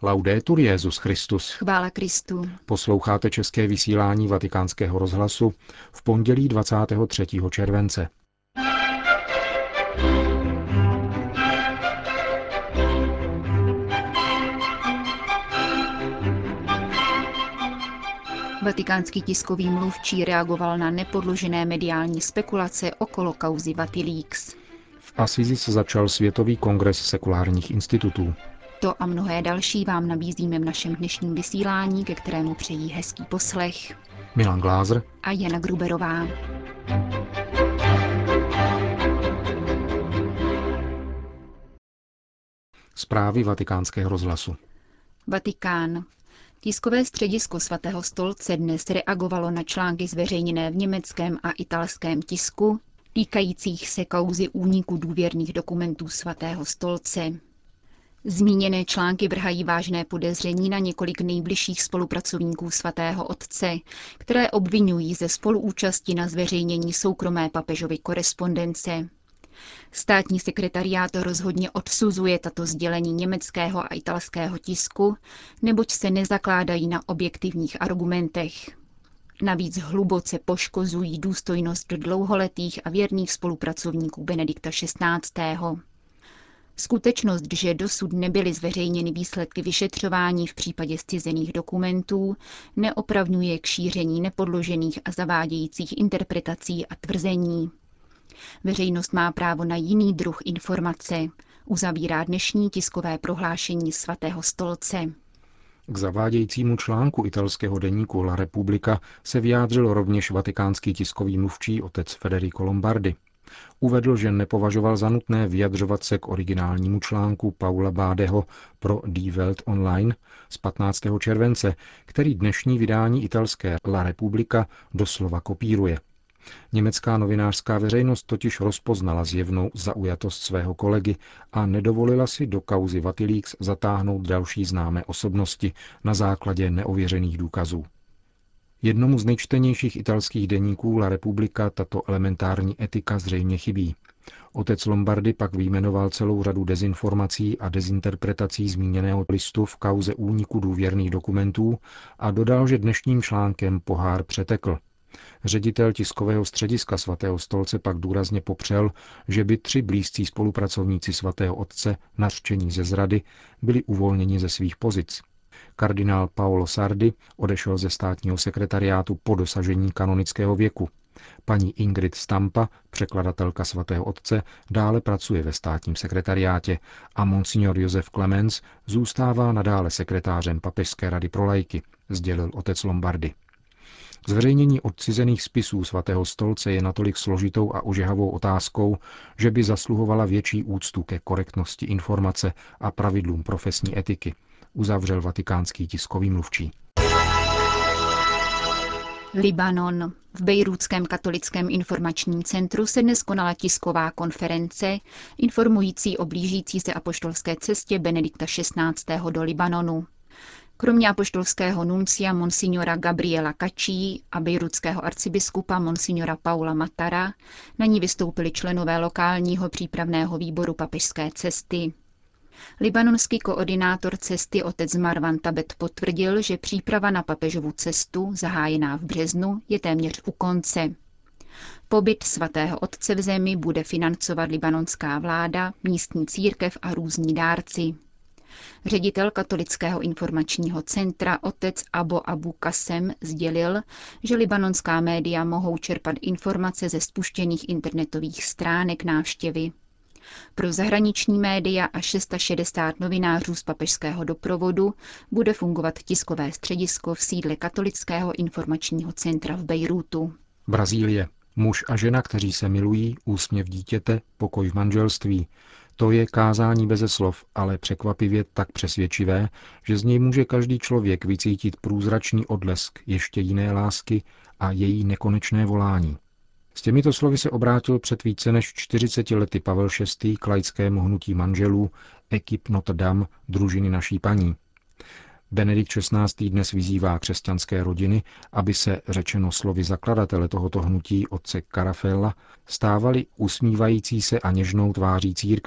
Laudetur Jesus Christus. Chvála Kristu. Posloucháte české vysílání Vatikánského rozhlasu v pondělí 23. července. Vatikánský tiskový mluvčí reagoval na nepodložené mediální spekulace okolo kauzy Wikileaks. V Asizi se začal Světový kongres sekulárních institutů. To a mnohé další vám nabízíme v našem dnešním vysílání, ke kterému přejí hezký poslech Milan Glázer a Jana Gruberová. Zprávy Vatikánského rozhlasu. Vatikán. Tiskové středisko Svatého stolce dnes reagovalo na články zveřejněné v německém a italském tisku týkajících se kauzy úniku důvěrných dokumentů Svatého stolce. Zmíněné články vrhají vážné podezření na několik nejbližších spolupracovníků Svatého otce, které obvinují ze spoluúčasti na zveřejnění soukromé papežovy korespondence. Státní sekretariát rozhodně odsuzuje tato sdělení německého a italského tisku, neboť se nezakládají na objektivních argumentech. Navíc hluboce poškozují důstojnost dlouholetých a věrných spolupracovníků Benedikta XVI. Skutečnost, že dosud nebyly zveřejněny výsledky vyšetřování v případě zcizených dokumentů, neopravňuje k šíření nepodložených a zavádějících interpretací a tvrzení. Veřejnost má právo na jiný druh informace, uzavírá dnešní tiskové prohlášení Svatého stolce. K zavádějícímu článku italského deníku La Repubblica se vyjádřil rovněž vatikánský tiskový mluvčí otec Federico Lombardi. Uvedl, že nepovažoval za nutné vyjadřovat se k originálnímu článku Paula Bádeho pro Die Welt Online z 15. července, který dnešní vydání italské La Repubblica doslova kopíruje. Německá novinářská veřejnost totiž rozpoznala zjevnou zaujatost svého kolegy a nedovolila si do kauzy Wikileaks zatáhnout další známé osobnosti na základě neověřených důkazů. Jednomu z nejčtenějších italských deníků La Repubblica tato elementární etika zřejmě chybí. Otec Lombardi pak vyjmenoval celou řadu dezinformací a dezinterpretací zmíněného listu v kauze úniku důvěrných dokumentů a dodal, že dnešním článkem pohár přetekl. Ředitel tiskového střediska Svatého stolce pak důrazně popřel, že by 3 blízcí spolupracovníci Svatého otce nařčení ze zrady byli uvolněni ze svých pozic. Kardinál Paolo Sardi odešel ze státního sekretariátu po dosažení kanonického věku. Paní Ingrid Stampa, překladatelka Svatého otce, dále pracuje ve státním sekretariátě a monsignor Josef Clemens zůstává nadále sekretářem Papežské rady pro laiky, sdělil otec Lombardi. Zveřejnění odcizených spisů Svatého stolce je natolik složitou a ožehavou otázkou, že by zasluhovala větší úctu ke korektnosti informace a pravidlům profesní etiky, uzavřel vatikánský tiskový mluvčí. Libanon. V Bejrútském katolickém informačním centru se dnes konala tisková konference informující o blížící se apoštolské cestě Benedikta XVI. Do Libanonu. Kromě apoštolského nuncia monsignora Gabriela Kačí a bejrútského arcibiskupa monsignora Paula Matara na ní vystoupili členové lokálního přípravného výboru papežské cesty. Libanonský koordinátor cesty otec Marwan Tabet potvrdil, že příprava na papežovu cestu, zahájená v březnu, je téměř u konce. Pobyt svatého otce v zemi bude financovat libanonská vláda, místní církev a různí dárci. Ředitel katolického informačního centra otec Abo Abu Kasem sdělil, že libanonská média mohou čerpat informace ze spuštěných internetových stránek návštěvy. Pro zahraniční média a 660 novinářů z papežského doprovodu bude fungovat tiskové středisko v sídle katolického informačního centra v Bejrútu. Brazílie. Muž a žena, kteří se milují, úsměv dítěte, pokoj v manželství. To je kázání beze slov, ale překvapivě tak přesvědčivé, že z něj může každý člověk vycítit průzračný odlesk ještě jiné lásky a její nekonečné volání. S těmito slovy se obrátil před více než 40 lety Pavel VI. K laickému hnutí manželů Equipe Notre Dame, družiny naší paní. Benedikt XVI. Dnes vyzývá křesťanské rodiny, aby se, řečeno slovy zakladatele tohoto hnutí otce Carafella, stávali usmívající se a něžnou tváří církve,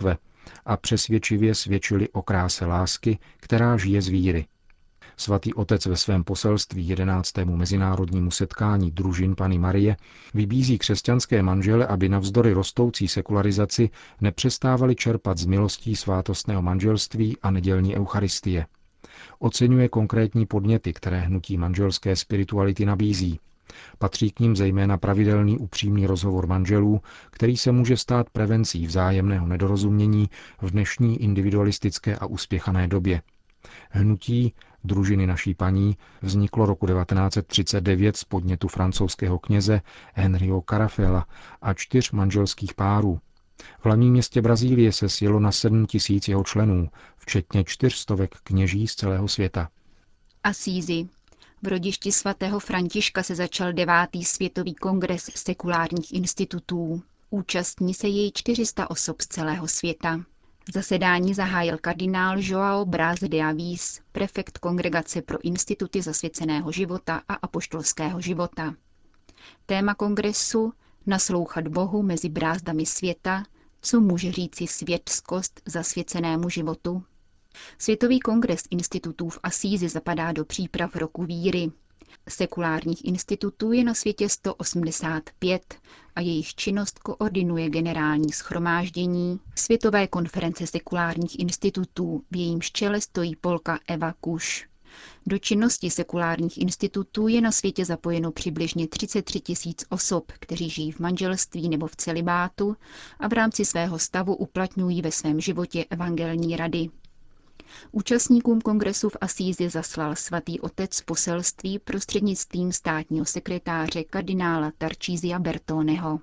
a přesvědčivě svědčili o kráse lásky, která žije z víry. Svatý otec ve svém poselství 11. mezinárodnímu setkání družin Panny Marie vybízí křesťanské manžele, aby navzdory rostoucí sekularizaci nepřestávali čerpat z milostí svátostného manželství a nedělní eucharistie. Oceňuje konkrétní podněty, které hnutí manželské spirituality nabízí. Patří k nim zejména pravidelný upřímný rozhovor manželů, který se může stát prevencí vzájemného nedorozumění v dnešní individualistické a uspěchané době. Hnutí Družiny naší paní vzniklo roku 1939 z podnětu francouzského kněze Henryho Carafela a 4 manželských párů. V hlavním městě Brazílie se sjelo na 7 000 jeho členů, včetně 400 kněží z celého světa. Asízi. V rodišti svatého Františka se začal 9. světový kongres sekulárních institutů. Účastní se jej 400 osob z celého světa. Zasedání zahájil kardinál João Braz de Avis, prefekt Kongregace pro instituty zasvěceného života a apoštolského života. Téma kongresu naslouchat Bohu mezi brázdami světa, co může říci světskost zasvěcenému životu. Světový kongres institutů v Asízi zapadá do příprav roku víry. Sekulárních institutů je na světě 185 a jejich činnost koordinuje generální shromáždění Světové konference sekulárních institutů, v jejímž čele stojí Polka Eva Kuš. Do činnosti sekulárních institutů je na světě zapojeno přibližně 33 000 osob, kteří žijí v manželství nebo v celibátu a v rámci svého stavu uplatňují ve svém životě evangelní rady. Účastníkům kongresu v Asízi zaslal svatý otec poselství prostřednictvím státního sekretáře kardinála Tarcísia Bertoneho.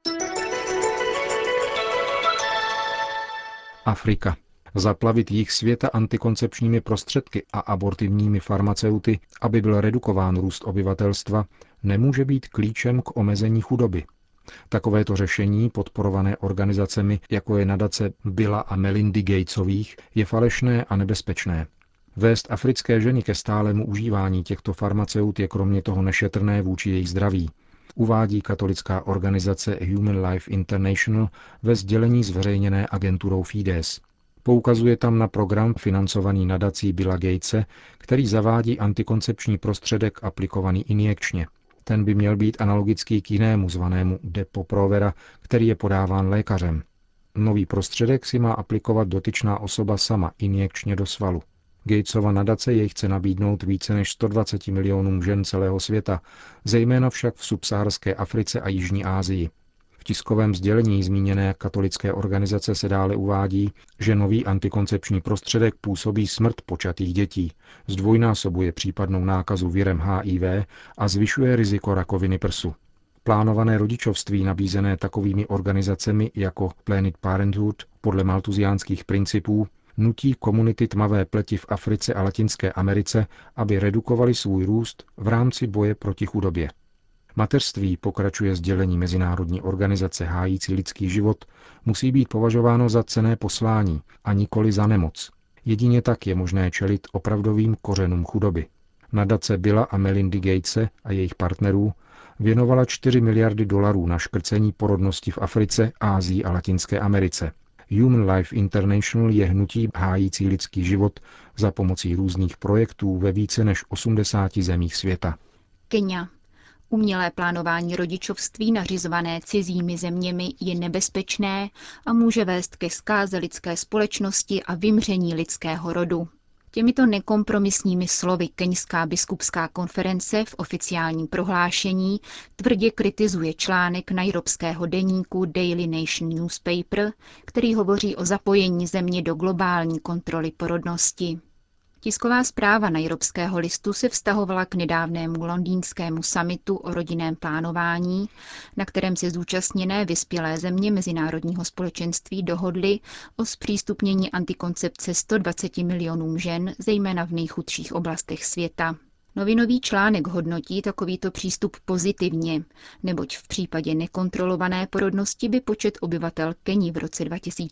Afrika. Zaplavit jih světa antikoncepčními prostředky a abortivními farmaceuty, aby byl redukován růst obyvatelstva, nemůže být klíčem k omezení chudoby. Takovéto řešení, podporované organizacemi, jako je nadace Billa a Melindy Gatesových, je falešné a nebezpečné. Vést africké ženy ke stálému užívání těchto farmaceut je kromě toho nešetrné vůči jejich zdraví, uvádí katolická organizace Human Life International ve sdělení zveřejněné agenturou Fides. Poukazuje tam na program financovaný nadací Billa Gatese, který zavádí antikoncepční prostředek aplikovaný injekčně. Ten by měl být analogický k jinému zvanému Depo-Provera, který je podáván lékařem. Nový prostředek si má aplikovat dotyčná osoba sama injekčně do svalu. Gatesova nadace jej chce nabídnout více než 120 milionům žen celého světa, zejména však v subsaharské Africe a Jižní Asii. V tiskovém sdělení zmíněné katolické organizace se dále uvádí, že nový antikoncepční prostředek působí smrt počatých dětí, zdvojnásobuje případnou nákazu virem HIV a zvyšuje riziko rakoviny prsu. Plánované rodičovství nabízené takovými organizacemi jako Planned Parenthood podle maltuziánských principů nutí komunity tmavé pleti v Africe a Latinské Americe, aby redukovali svůj růst v rámci boje proti chudobě. Mateřství, pokračuje sdělení mezinárodní organizace hájící lidský život, musí být považováno za cenné poslání a nikoli za nemoc. Jedině tak je možné čelit opravdovým kořenům chudoby. Nadace Billa a Melindy Gatese a jejich partnerů věnovala $4 miliardy na škrcení porodnosti v Africe, Asii a Latinské Americe. Human Life International je hnutí hájící lidský život za pomocí různých projektů ve více než 80 zemích světa. Kenia. Umělé plánování rodičovství nařizované cizími zeměmi je nebezpečné a může vést ke zkáze lidské společnosti a vymření lidského rodu. Těmito nekompromisními slovy Keňská biskupská konference v oficiálním prohlášení tvrdě kritizuje článek nairobského deníku Daily Nation Newspaper, který hovoří o zapojení země do globální kontroly porodnosti. Tisková zpráva nairobského listu se vztahovala k nedávnému londýnskému summitu o rodinném plánování, na kterém se zúčastněné vyspělé země mezinárodního společenství dohodly o zpřístupnění antikoncepce 120 milionům žen, zejména v nejchudších oblastech světa. Novinový článek hodnotí takovýto přístup pozitivně, neboť v případě nekontrolované porodnosti by počet obyvatel Keni v roce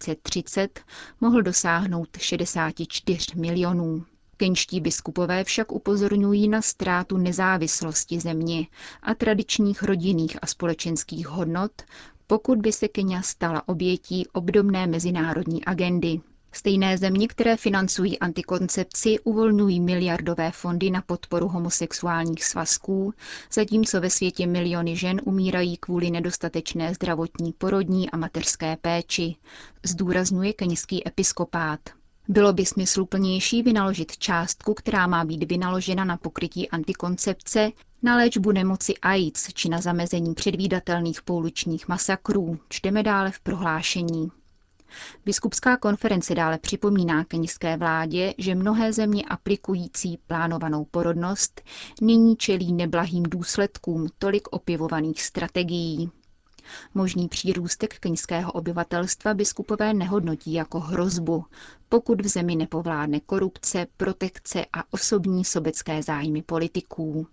2030 mohl dosáhnout 64 milionů. Keňští biskupové však upozorňují na ztrátu nezávislosti země a tradičních rodinných a společenských hodnot, pokud by se Keňa stala obětí obdobné mezinárodní agendy. Stejné země, které financují antikoncepci, uvolňují miliardové fondy na podporu homosexuálních svazků, zatímco ve světě miliony žen umírají kvůli nedostatečné zdravotní, porodní a mateřské péči, zdůrazňuje keňský episkopát. Bylo by smysluplnější vynaložit částku, která má být vynaložena na pokrytí antikoncepce, na léčbu nemoci AIDS či na zamezení předvídatelných pouličních masakrů, čteme dále v prohlášení. Biskupská konference dále připomíná keňské vládě, že mnohé země aplikující plánovanou porodnost nyní čelí neblahým důsledkům tolik opěvovaných strategií. Možný přírůstek keňského obyvatelstva biskupové nehodnotí jako hrozbu, pokud v zemi nepovládne korupce, protekce a osobní sobecké zájmy politiků.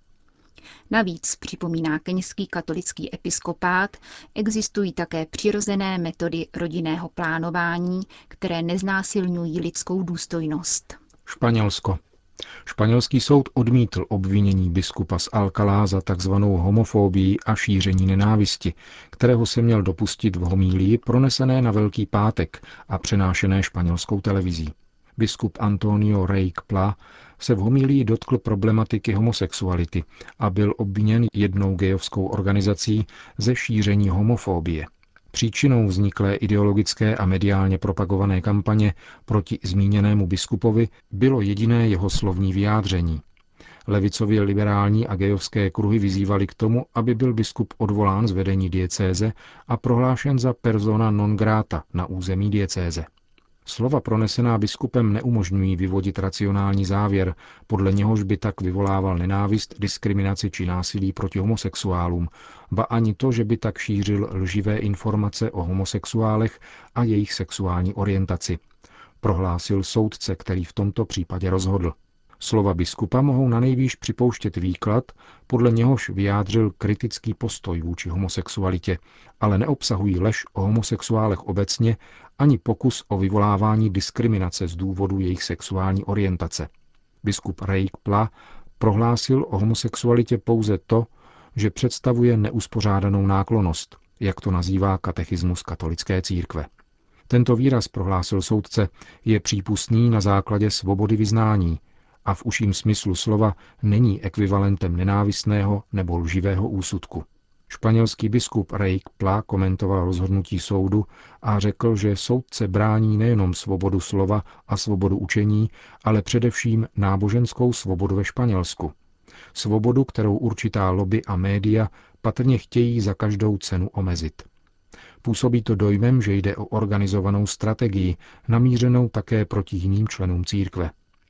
Navíc, připomíná keňský katolický episkopát, existují také přirozené metody rodinného plánování, které neznásilňují lidskou důstojnost. Španělsko. Španělský soud odmítl obvinění biskupa z Alcalá za takzvanou homofobii a šíření nenávisti, kterého se měl dopustit v homílii pronesené na Velký pátek a přenášené španělskou televizí. Biskup Antonio Rey Pla se v homílii dotkl problematiky homosexuality a byl obviněn jednou gejovskou organizací ze šíření homofobie. Příčinou vzniklé ideologické a mediálně propagované kampaně proti zmíněnému biskupovi bylo jediné jeho slovní vyjádření. Levicově liberální a gejovské kruhy vyzývali k tomu, aby byl biskup odvolán z vedení diecéze a prohlášen za persona non grata na území diecéze. Slova pronesená biskupem neumožňují vyvodit racionální závěr, podle něhož by tak vyvolával nenávist, diskriminaci či násilí proti homosexuálům, ba ani to, že by tak šířil lživé informace o homosexuálech a jejich sexuální orientaci, prohlásil soudce, který v tomto případě rozhodl. Slova biskupa mohou nanejvýš připouštět výklad, podle něhož vyjádřil kritický postoj vůči homosexualitě, ale neobsahují lež o homosexuálech obecně ani pokus o vyvolávání diskriminace z důvodu jejich sexuální orientace. Biskup Rey Pla prohlásil o homosexualitě pouze to, že představuje neuspořádanou náklonnost, jak to nazývá katechismus katolické církve. Tento výraz, prohlásil soudce, je přípustný na základě svobody vyznání a v užším smyslu slova není ekvivalentem nenávistného nebo lživého úsudku. Španělský biskup Rey Pla komentoval rozhodnutí soudu a řekl, že soudce brání nejenom svobodu slova a svobodu učení, ale především náboženskou svobodu ve Španělsku. Svobodu, kterou určitá lobby a média patrně chtějí za každou cenu omezit. Působí to dojmem, že jde o organizovanou strategii, namířenou také proti jiným členům církve.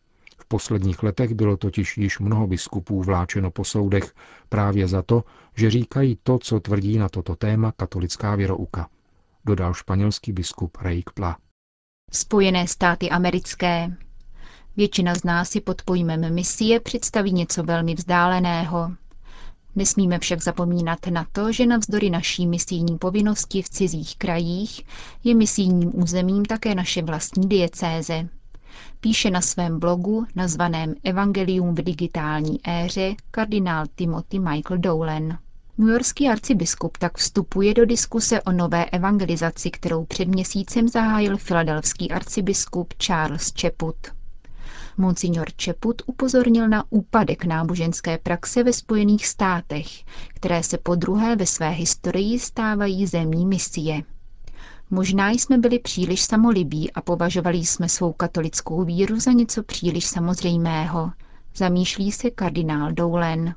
V posledních letech bylo totiž již mnoho biskupů vláčeno po soudech právě za to, že říkají to, co tvrdí na toto téma katolická věrouka, dodal španělský biskup Rey Pla. Spojené státy americké. Většina z nás si pod pojmem misie představí něco velmi vzdáleného. Nesmíme však zapomínat na to, že navzdory naší misijní povinnosti v cizích krajích je misijním územím také naše vlastní diecéze. Píše na svém blogu nazvaném Evangelium v digitální éře kardinál Timothy Michael Dolan. Newyorský arcibiskup tak vstupuje do diskuse o nové evangelizaci, kterou před měsícem zahájil filadelfský arcibiskup Charles Chaput. Monsignor Chaput upozornil na úpadek náboženské praxe ve Spojených státech, které se podruhé ve své historii stávají zemí misie. Možná jsme byli příliš samolibí a považovali jsme svou katolickou víru za něco příliš samozřejmého, zamýšlí se kardinál Dolan.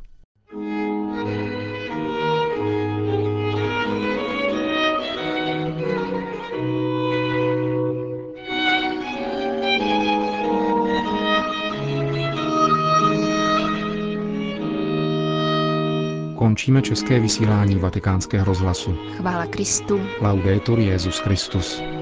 Končíme české vysílání Vatikánského rozhlasu. Chvála Kristu. Laudetur Jesus Christus.